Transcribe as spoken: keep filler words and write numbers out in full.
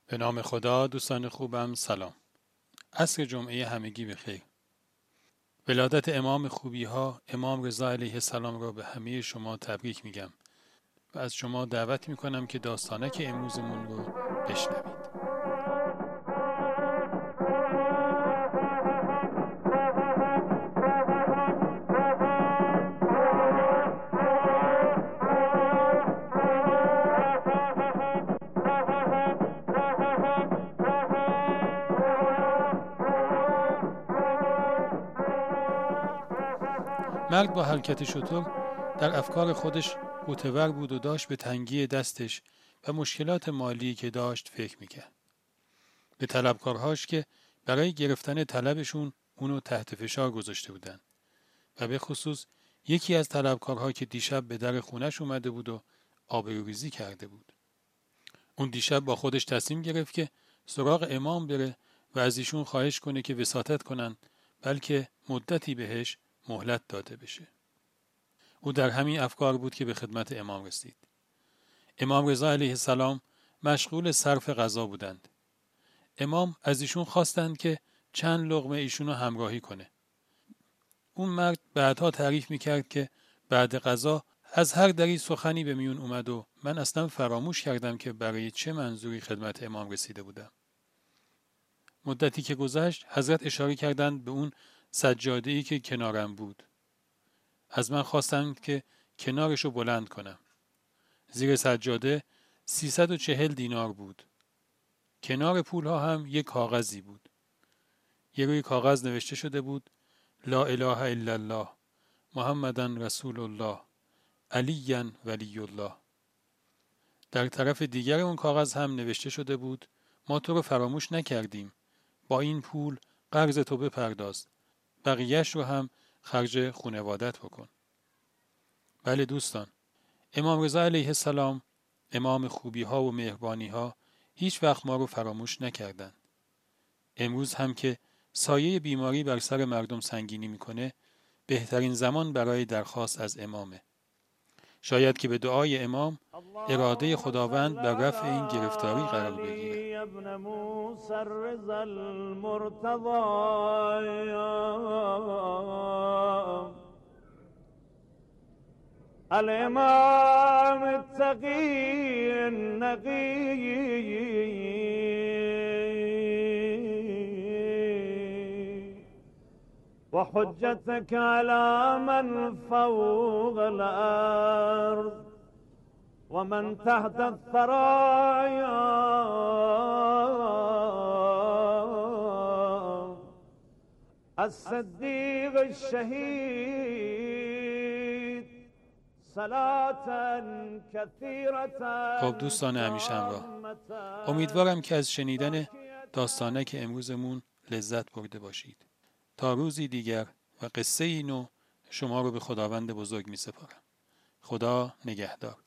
به نام خدا. دوستان خوبم سلام. عصر جمعه همگی بخیر. ولادت امام خوبی ها امام رضا علیه السلام را به همه شما تبریک میگم و از شما دعوت میکنم که داستانک امروزمون رو بشنوید. مرد با حرکت شتر در افکار خودش غوطه‌ور بود و داشت به تنگی دستش و مشکلات مالی که داشت فکر میکرد. به طلبکارهاش که برای گرفتن طلبشون اونو تحت فشار گذاشته بودن و به خصوص یکی از طلبکارها که دیشب به در خونش اومده بود و آبروریزی کرده بود. اون دیشب با خودش تصمیم گرفت که سراغ امام بره و از ایشون خواهش کنه که وساطت کنن، بلکه مدتی بهش مهلت داده بشه. او در همین افکار بود که به خدمت امام رسید. امام رضا علیه السلام مشغول صرف غذا بودند. امام از ایشون خواستند که چند لقمه ایشونو همراهی کنه. اون مرد بعدها تعریف میکرد که بعد غذا از هر دری سخنی به میون اومد و من اصلا فراموش کردم که برای چه منظوری خدمت امام رسیده بودم. مدتی که گذشت حضرت اشاره کردند به اون سجاده‌ای که کنارم بود. از من خواستند که کنارشو بلند کنم. زیر سجاده سیصد و چهل دینار بود. کنار پولها هم یک کاغذی بود. یه روی کاغذ نوشته شده بود لا اله الا الله محمدن رسول الله علی ولی الله. در طرف دیگر اون کاغذ هم نوشته شده بود ما تو رو فراموش نکردیم، با این پول قرض تو بپرداز، بقیهش رو هم خرج خانوادت بکن. بله دوستان، امام رضا علیه السلام، امام خوبی ها و مهربانی ها، هیچ وقت ما رو فراموش نکردند. امروز هم که سایه بیماری بر سر مردم سنگینی میکنه، بهترین زمان برای درخواست از امامه. شاید که به دعای امام اراده خداوند بر رفع این گرفتاری قرار بگیره. الامام التقی النقی وحجتك على من فوق الأرض ومن تحت الثرايا الصديق الشهيد صلاة كثيرة. خب دوستان همیشه همراه، امیدوارم که از شنیدن داستانک امروزمون لذت برده باشید. تا روزی دیگر و قصه اینو شما رو به خداوند بزرگ می سپارم. خدا نگهدار.